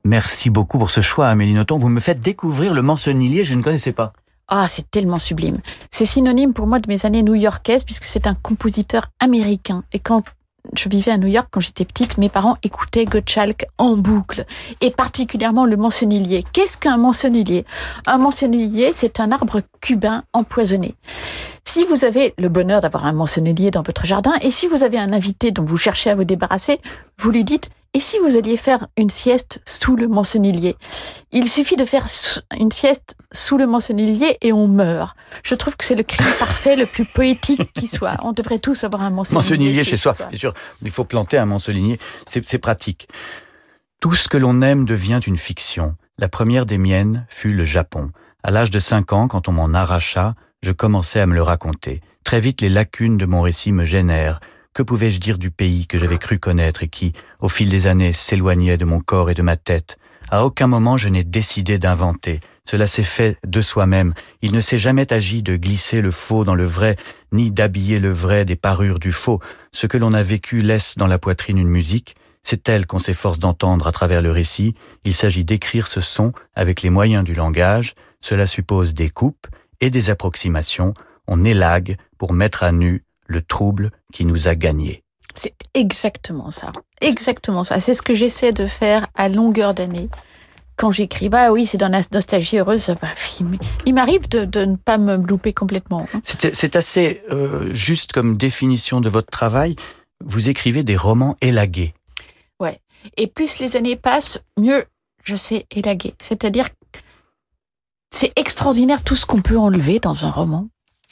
Merci beaucoup pour ce choix, Amélie Nothomb. Vous me faites découvrir le mancenillier, je ne connaissais pas. Ah, c'est tellement sublime. C'est synonyme pour moi de mes années new-yorkaises, puisque c'est un compositeur américain. Et quand je vivais à New York, quand j'étais petite, mes parents écoutaient Gottschalk en boucle, et particulièrement le mancenillier. Qu'est-ce qu'un mancenillier ? Un mancenillier, c'est un arbre cubain empoisonné. Si vous avez le bonheur d'avoir un mancenillier dans votre jardin, et si vous avez un invité dont vous cherchez à vous débarrasser, vous lui dites « Et si vous alliez faire une sieste sous le mancenillier ?» Il suffit de faire une sieste sous le mancenillier et on meurt. Je trouve que c'est le crime parfait, le plus poétique qui soit. On devrait tous avoir un mancenillier chez soi. C'est sûr, il faut planter un mancenillier, c'est pratique. Tout ce que l'on aime devient une fiction. La première des miennes fut le Japon. À l'âge de 5 ans, quand on m'en arracha, je commençais à me le raconter. Très vite, les lacunes de mon récit me gênèrent. Que pouvais-je dire du pays que j'avais cru connaître et qui, au fil des années, s'éloignait de mon corps et de ma tête ? À aucun moment je n'ai décidé d'inventer. Cela s'est fait de soi-même. Il ne s'est jamais agi de glisser le faux dans le vrai, ni d'habiller le vrai des parures du faux. Ce que l'on a vécu laisse dans la poitrine une musique. C'est elle qu'on s'efforce d'entendre à travers le récit. Il s'agit d'écrire ce son avec les moyens du langage. Cela suppose des coupes et des approximations. On élague pour mettre à nu le trouble qui nous a gagnés. C'est exactement ça. Exactement ça. C'est ce que j'essaie de faire à longueur d'année. Quand j'écris, bah oui, c'est dans la nostalgie heureuse. Bah, il m'arrive de ne pas me louper complètement. C'est assez juste comme définition de votre travail. Vous écrivez des romans élagués. Ouais. Et plus les années passent, mieux je sais élaguer. C'est-à-dire, c'est extraordinaire tout ce qu'on peut enlever dans un roman.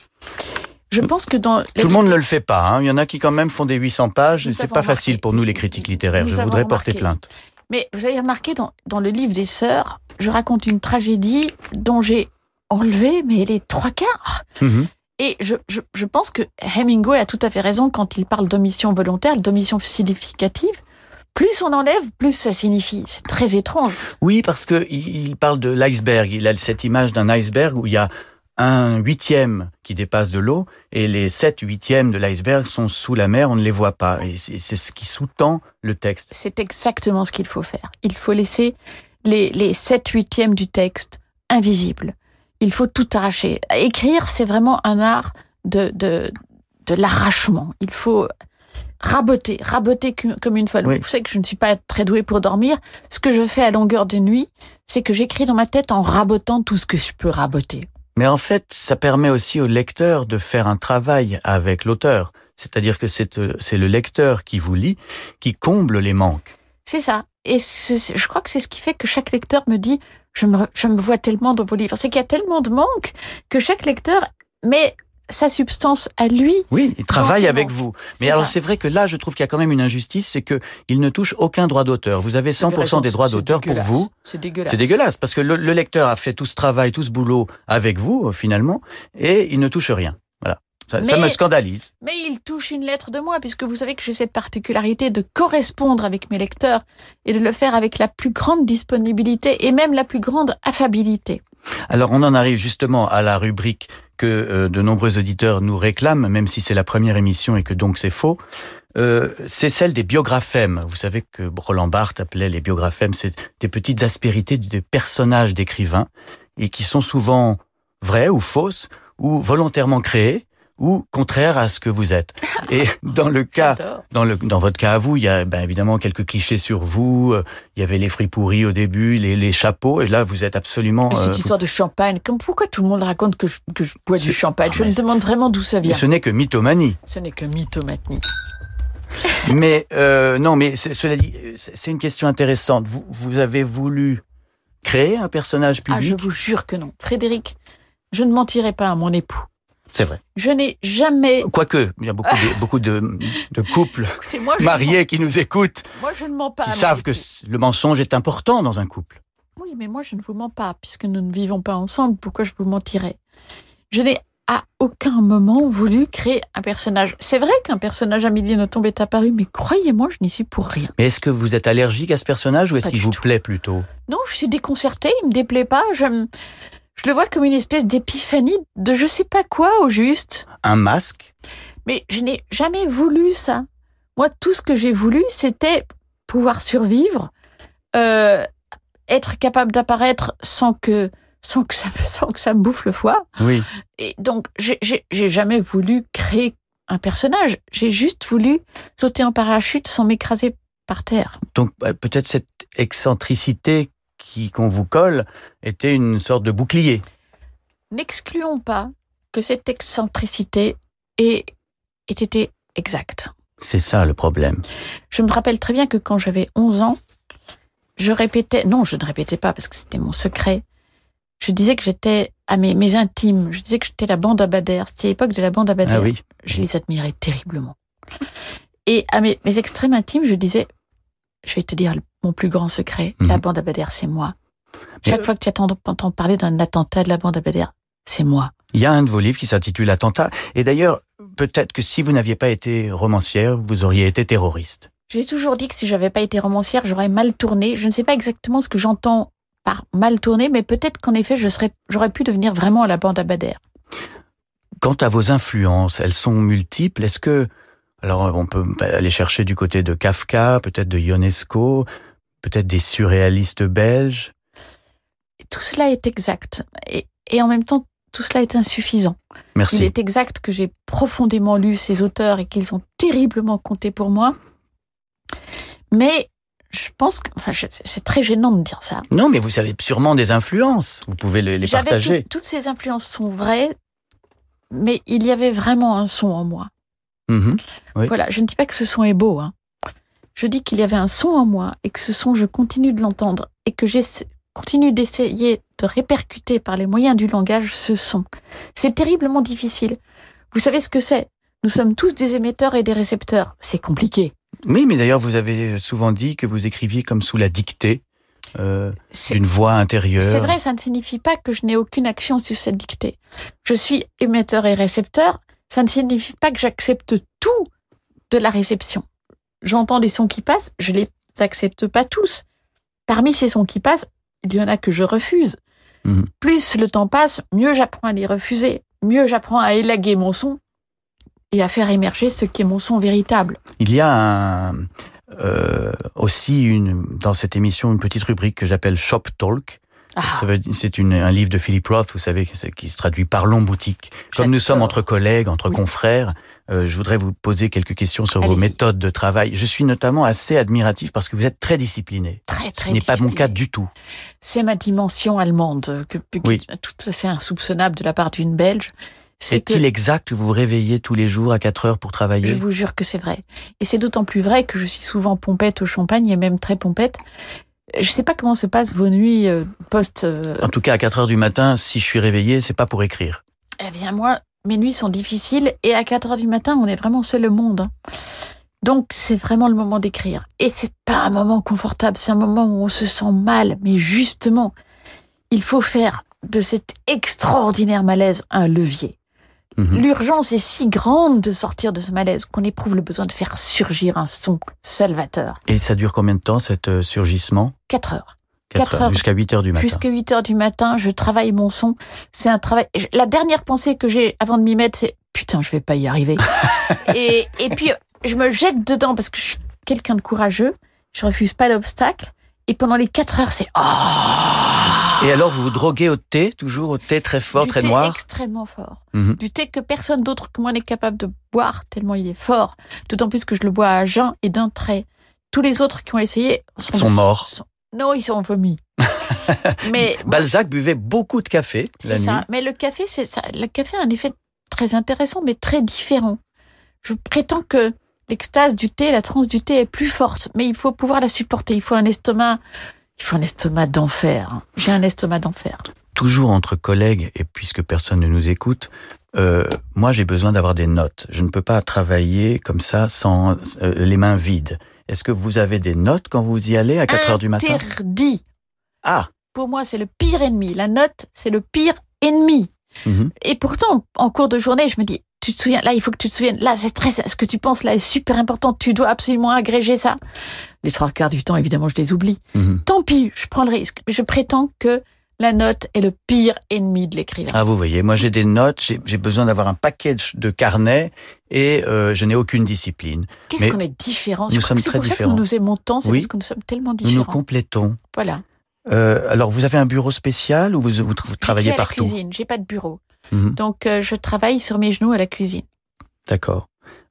Je pense que dans... Tout le monde ne le fait pas. Hein. Il y en a qui quand même font des 800 pages. Et c'est pas facile pour nous, les critiques littéraires. Je voudrais porter plainte. Mais vous avez remarqué, dans le livre des Sœurs, je raconte une tragédie dont j'ai enlevé, mais les 3/4. Mm-hmm. Et je pense que Hemingway a tout à fait raison quand il parle d'omission volontaire, d'omission significative. Plus on enlève, plus ça signifie. C'est très étrange. Oui, parce qu'il parle de l'iceberg. Il a cette image d'un iceberg où il y a 1/8 qui dépasse de l'eau et les 7/8 de l'iceberg sont sous la mer, on ne les voit pas. Et c'est ce qui sous-tend le texte. C'est exactement ce qu'il faut faire. Il faut laisser les 7/8 du texte invisibles. Il faut tout arracher. Écrire, c'est vraiment un art de l'arrachement. Il faut raboter comme une folle. Oui. Vous savez que je ne suis pas très douée pour dormir. Ce que je fais à longueur de nuit, c'est que j'écris dans ma tête en rabotant tout ce que je peux raboter. Mais en fait, ça permet aussi au lecteur de faire un travail avec l'auteur. C'est-à-dire que c'est le lecteur qui vous lit, qui comble les manques. C'est ça. Et je crois que c'est ce qui fait que chaque lecteur me dit « je me vois tellement dans vos livres ». C'est qu'il y a tellement de manques que chaque lecteur met sa substance à lui. Oui, il travaille avec vous. Mais alors c'est vrai que là, je trouve qu'il y a quand même une injustice, c'est que il ne touche aucun droit d'auteur. Vous avez 100% des droits d'auteur pour vous. C'est dégueulasse. C'est dégueulasse, parce que le lecteur a fait tout ce travail, tout ce boulot avec vous, finalement, et il ne touche rien. Voilà. Ça me scandalise. Mais il touche une lettre de moi, puisque vous savez que j'ai cette particularité de correspondre avec mes lecteurs et de le faire avec la plus grande disponibilité et même la plus grande affabilité. Alors on en arrive justement à la rubrique que de nombreux auditeurs nous réclament, même si c'est la première émission et que donc c'est faux. C'est celle des biographèmes. Vous savez que Roland Barthes appelait les biographèmes, c'est des petites aspérités de personnages d'écrivains et qui sont souvent vraies ou fausses ou volontairement créées ou contraires à ce que vous êtes. Et dans le cas, dans votre cas à vous, il y a évidemment quelques clichés sur vous. Il y avait les fruits pourris au début, les chapeaux, et là vous êtes absolument. Cette histoire de champagne, pourquoi tout le monde raconte que je bois du champagne ? Je me demande vraiment d'où ça vient. Mais ce n'est que mythomanie. Ce n'est que mythomanie. Mais non, mais cela dit, c'est une question intéressante. Vous avez voulu créer un personnage public ? Ah, je vous jure que non, Frédéric. Je ne mentirai pas à mon époux. C'est vrai. Je n'ai jamais... Quoique, il y a beaucoup de couples mariés qui nous écoutent, moi, je ne mens pas, qui savent que le mensonge est important dans un couple. Oui, mais moi, je ne vous mens pas, puisque nous ne vivons pas ensemble. Pourquoi je vous mentirais ? Je n'ai à aucun moment voulu créer un personnage. C'est vrai qu'un personnage Amélie Nothomb est apparu, mais croyez-moi, je n'y suis pour rien. Mais est-ce que vous êtes allergique à ce personnage ou est-ce qu'il vous plaît plutôt ? Non, je suis déconcertée, il ne me déplaît pas, je le vois comme une espèce d'épiphanie de je sais pas quoi au juste. Un masque ? Mais je n'ai jamais voulu ça. Moi, tout ce que j'ai voulu, c'était pouvoir survivre être capable d'apparaître sans que ça me bouffe le foie. Oui. Et donc, j'ai jamais voulu créer un personnage. J'ai juste voulu sauter en parachute sans m'écraser par terre. Donc, peut-être cette excentricité qu'on vous colle était une sorte de bouclier. N'excluons pas que cette excentricité ait été exacte. C'est ça le problème. Je me rappelle très bien que quand j'avais 11 ans, je ne répétais pas parce que c'était mon secret. Je disais que j'étais à mes intimes, je disais que j'étais la bande Abadère. C'était l'époque de la bande Abadère. Ah oui. Je les admirais terriblement. Et à mes extrêmes intimes, je disais, je vais te dire mon plus grand secret, la bande Abadère, c'est moi. Chaque fois que tu entends parler d'un attentat de la bande Abadère, c'est moi. Il y a un de vos livres qui s'intitule Attentat. Et d'ailleurs, peut-être que si vous n'aviez pas été romancière, vous auriez été terroriste. J'ai toujours dit que si j'avais pas été romancière, j'aurais mal tourné. Je ne sais pas exactement ce que j'entends par mal tourné, mais peut-être qu'en effet, j'aurais pu devenir vraiment à la bande Abadère. Quant à vos influences, elles sont multiples. Est-ce que, alors on peut aller chercher du côté de Kafka, peut-être de Ionesco, peut-être des surréalistes belges? Tout cela est exact. Et en même temps, tout cela est insuffisant. Merci. Il est exact que j'ai profondément lu ces auteurs et qu'ils ont terriblement compté pour moi. Mais je pense que... c'est très gênant de dire ça. Non, mais vous avez sûrement des influences. Vous pouvez les partager. Toutes ces influences sont vraies, mais il y avait vraiment un son en moi. Oui. Voilà, je ne dis pas que ce son est beau. Je dis qu'il y avait un son en moi et que ce son, je continue de l'entendre et que continue d'essayer de répercuter par les moyens du langage ce son. C'est terriblement difficile. Vous savez ce que c'est? Nous sommes tous des émetteurs et des récepteurs. C'est compliqué. Oui, mais d'ailleurs, vous avez souvent dit que vous écriviez comme sous la dictée d'une voix intérieure. C'est vrai, ça ne signifie pas que je n'ai aucune action sur cette dictée. Je suis émetteur et récepteur. Ça ne signifie pas que j'accepte tout de la réception. J'entends des sons qui passent, je ne les accepte pas tous. Parmi ces sons qui passent, il y en a que je refuse. Plus le temps passe, mieux j'apprends à les refuser. Mieux j'apprends à élaguer mon son et à faire émerger ce qui est mon son véritable. Il y a aussi dans cette émission une petite rubrique que j'appelle Shop Talk. C'est un livre de Philip Roth, vous savez, qui se traduit Parlons boutique. Comme nous sommes entre collègues, entre confrères, je voudrais vous poser quelques questions sur vos méthodes de travail. Je suis notamment assez admiratif parce que vous êtes très discipliné. Très Ce n'est pas mon cas du tout. C'est ma dimension allemande, tout à fait insoupçonnable de la part d'une Belge. Est-il exact que vous vous réveillez tous les jours à 4 heures pour travailler? Je vous jure que c'est vrai. Et c'est d'autant plus vrai que je suis souvent pompette au champagne et même très pompette. Je ne sais pas comment se passent vos nuits En tout cas, à 4 heures du matin, si je suis réveillé, c'est pas pour écrire. Eh bien, moi, mes nuits sont difficiles et à 4 heures du matin, on est vraiment seul au monde. Donc, c'est vraiment le moment d'écrire. Et c'est pas un moment confortable, c'est un moment où on se sent mal. Mais justement, il faut faire de cet extraordinaire malaise un levier. L'urgence est si grande de sortir de ce malaise qu'on éprouve le besoin de faire surgir un son salvateur. Et ça dure combien de temps, cet surgissement? 4 heures. 4 heures, jusqu'à 8 heures du matin. Jusqu'à 8 heures du matin, je travaille mon son. C'est un travail... La dernière pensée que j'ai avant de m'y mettre, c'est « Putain, je vais pas y arriver ». Et puis, je me jette dedans parce que je suis quelqu'un de courageux. Je refuse pas l'obstacle. Et pendant les 4 heures, c'est « Oh !» Et alors, vous vous droguez au thé, toujours au thé très fort, très noir? Du thé extrêmement fort. Du thé que personne d'autre que moi n'est capable de boire, tellement il est fort. D'autant plus que je le bois à jeun et d'un trait. Tous les autres qui ont essayé sont morts. Non, ils sont vomis. Mais Balzac buvait beaucoup de café la nuit. C'est ça. Mais le café a un effet très intéressant, mais très différent. Je prétends que l'extase du thé, la transe du thé est plus forte, mais il faut pouvoir la supporter. Il faut un estomac d'enfer. J'ai un estomac d'enfer. Toujours entre collègues, et puisque personne ne nous écoute, moi j'ai besoin d'avoir des notes. Je ne peux pas travailler comme ça sans les mains vides. Est-ce que vous avez des notes quand vous y allez à 4 heures du matin? Interdit. Ah. Pour moi, c'est le pire ennemi. La note, c'est le pire ennemi. Et pourtant, en cours de journée, je me dis, tu te souviens, là, il faut que tu te souviennes, là, c'est très, ce que tu penses là est super important, tu dois absolument agréger ça. Les 3/4 du temps, évidemment, je les oublie. Tant pis, je prends le risque. Mais je prétends que la note est le pire ennemi de l'écrivain. Ah, vous voyez, moi j'ai des notes, j'ai besoin d'avoir un package de carnets et je n'ai aucune discipline. Qu'est-ce qu'on est différents? Nous sommes très différents. C'est pour ça que nous nous aimons tant, c'est parce que nous sommes tellement différents. Nous nous complétons. Voilà. Alors, vous avez un bureau spécial ou vous travaillez partout? À la cuisine, j'ai pas de bureau. Mhm. Donc, je travaille sur mes genoux à la cuisine. D'accord.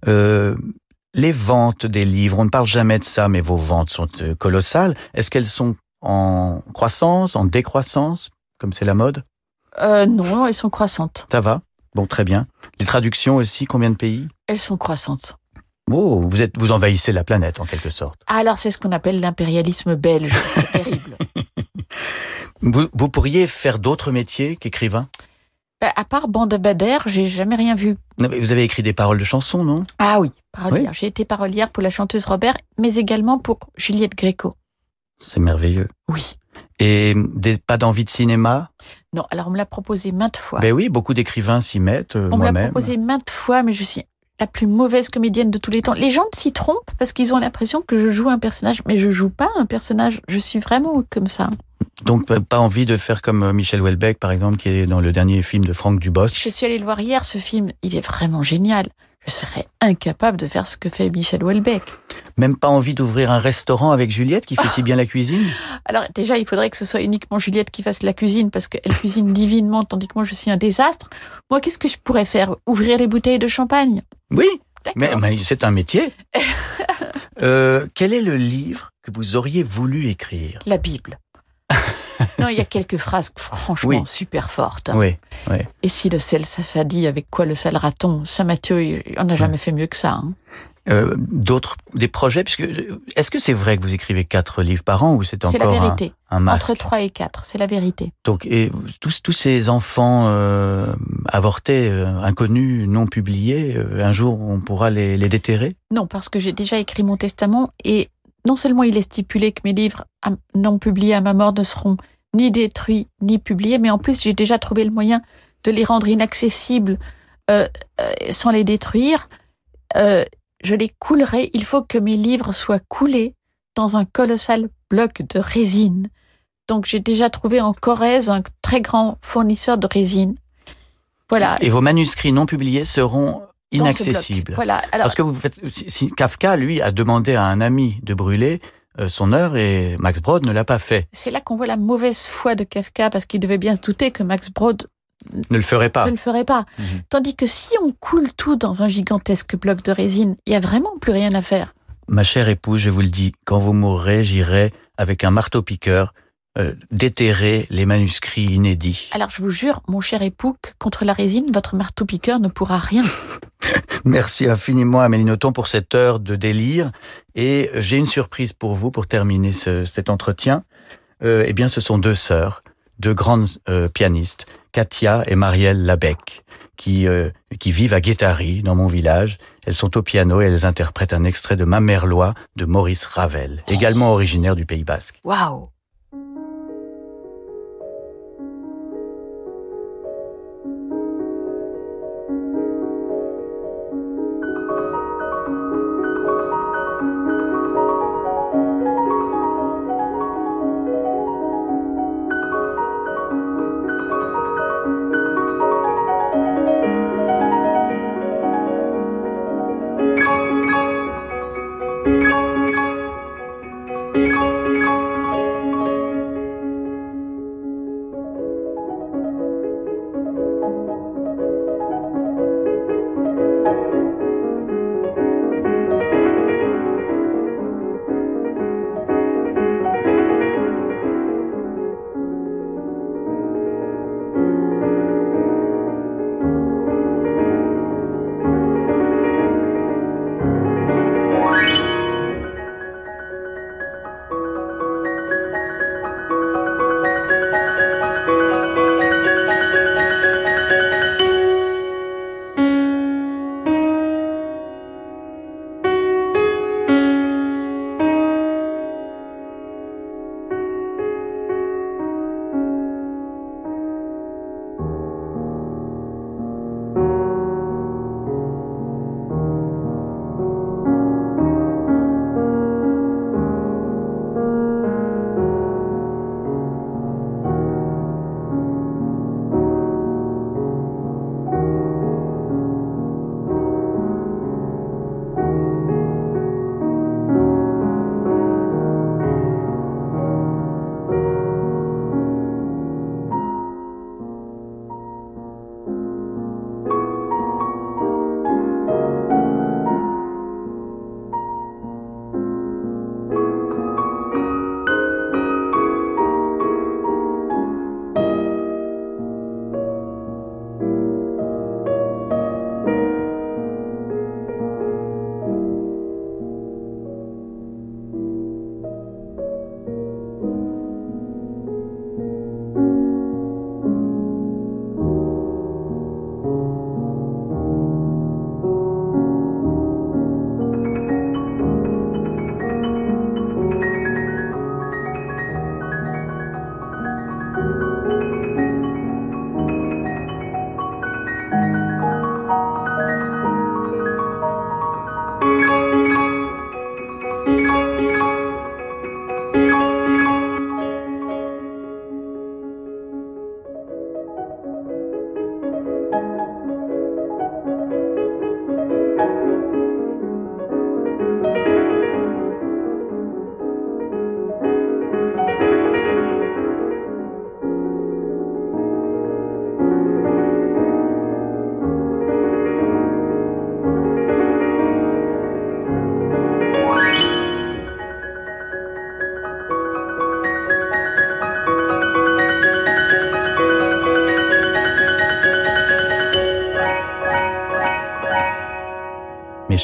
Les ventes des livres, on ne parle jamais de ça, mais vos ventes sont colossales. Est-ce qu'elles sont en croissance, en décroissance, comme c'est la mode? Non, elles sont croissantes. Ça va? Bon, très bien. Les traductions aussi, combien de pays? Elles sont croissantes. Oh, vous envahissez la planète en quelque sorte. Alors, c'est ce qu'on appelle l'impérialisme belge. C'est terrible. Vous pourriez faire d'autres métiers qu'écrivain? À part Bande-Bader, j'ai jamais rien vu. Non, mais vous avez écrit des paroles de chansons, non? Ah oui, parolière. Oui. J'ai été parolière pour la chanteuse Robert, mais également pour Juliette Gréco. C'est merveilleux. Oui. Et pas d'envie de cinéma? Non, alors on me l'a proposé maintes fois. Ben oui, beaucoup d'écrivains s'y mettent, On me l'a moi-même. proposé maintes fois, mais je suis la plus mauvaise comédienne de tous les temps. Les gens s'y trompent parce qu'ils ont l'impression que je joue un personnage, mais je joue pas un personnage. Je suis vraiment comme ça. Donc, pas envie de faire comme Michel Houellebecq, par exemple, qui est dans le dernier film de Franck Dubosc. Je suis allée le voir hier, ce film. Il est vraiment génial. Je serais incapable de faire ce que fait Michel Houellebecq. Même pas envie d'ouvrir un restaurant avec Juliette, qui fait si bien la cuisine? Alors déjà, il faudrait que ce soit uniquement Juliette qui fasse la cuisine, parce qu'elle cuisine divinement, tandis que moi, je suis un désastre. Moi, qu'est-ce que je pourrais faire? Ouvrir les bouteilles de champagne? Oui, D'accord. mais c'est un métier. Quel est le livre que vous auriez voulu écrire? La Bible. Non, il y a quelques phrases franchement Oui. super fortes. Oui, oui. Et si le sel s'affadit, avec quoi le sale raton? Saint Matthieu, on n'a jamais fait mieux que ça. Hein. Des projets, est-ce que c'est vrai que vous écrivez 4 livres par an ou c'est C'est encore la vérité. un masque? Entre 3 et 4, c'est la vérité. Donc, et tous ces enfants avortés, inconnus, non publiés, un jour on pourra les déterrer? Non, parce que j'ai déjà écrit mon testament et non seulement il est stipulé que mes livres non publiés à ma mort ne seront ni détruits ni publiés, mais en plus j'ai déjà trouvé le moyen de les rendre inaccessibles sans les détruire. Je les coulerai. Il faut que mes livres soient coulés dans un colossal bloc de résine. Donc j'ai déjà trouvé en Corrèze un très grand fournisseur de résine. Voilà. Et vos manuscrits non publiés seront Dans ce inaccessibles. bloc. Voilà. Alors, Parce que si Kafka, lui, a demandé à un ami de brûler son œuvre et Max Brod ne l'a pas fait. c'est là qu'on voit la mauvaise foi de Kafka, parce qu'il devait bien se douter que Max Brod Ne le ferait pas. ne le ferait pas. Mhm. Tandis que si on coule tout dans un gigantesque bloc de résine, il n'y a vraiment plus rien à faire. Ma chère épouse, je vous le dis, quand vous mourrez, j'irai avec un marteau-piqueur déterrer les manuscrits inédits. Alors je vous jure, mon cher époux, que contre la résine, votre marteau-piqueur ne pourra rien. Merci infiniment Amélie Nothomb pour cette heure de délire. Et j'ai une surprise pour vous pour terminer cet entretien. Eh bien, ce sont 2 sœurs, 2 grandes pianistes, Katia et Marielle Labec, qui vivent à Guétary, dans mon village. Elles sont au piano et elles interprètent un extrait de Mamerlois de Maurice Ravel, également originaire du Pays Basque. Waouh!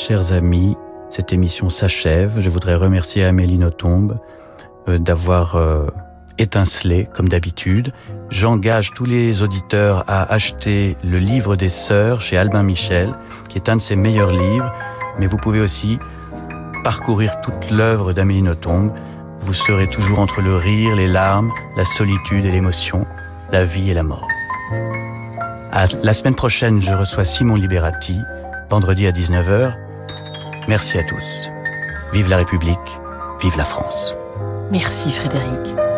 chers amis, cette émission s'achève. Je voudrais remercier Amélie Nothomb d'avoir étincelé, comme d'habitude. J'engage tous les auditeurs à acheter le livre des sœurs chez Albin Michel, qui est un de ses meilleurs livres. Mais vous pouvez aussi parcourir toute l'œuvre d'Amélie Nothomb. Vous serez toujours entre le rire, les larmes, la solitude et l'émotion, la vie et la mort. La semaine prochaine, je reçois Simon Liberati, vendredi à 19h. Merci à tous. Vive la République, vive la France. Merci Frédéric.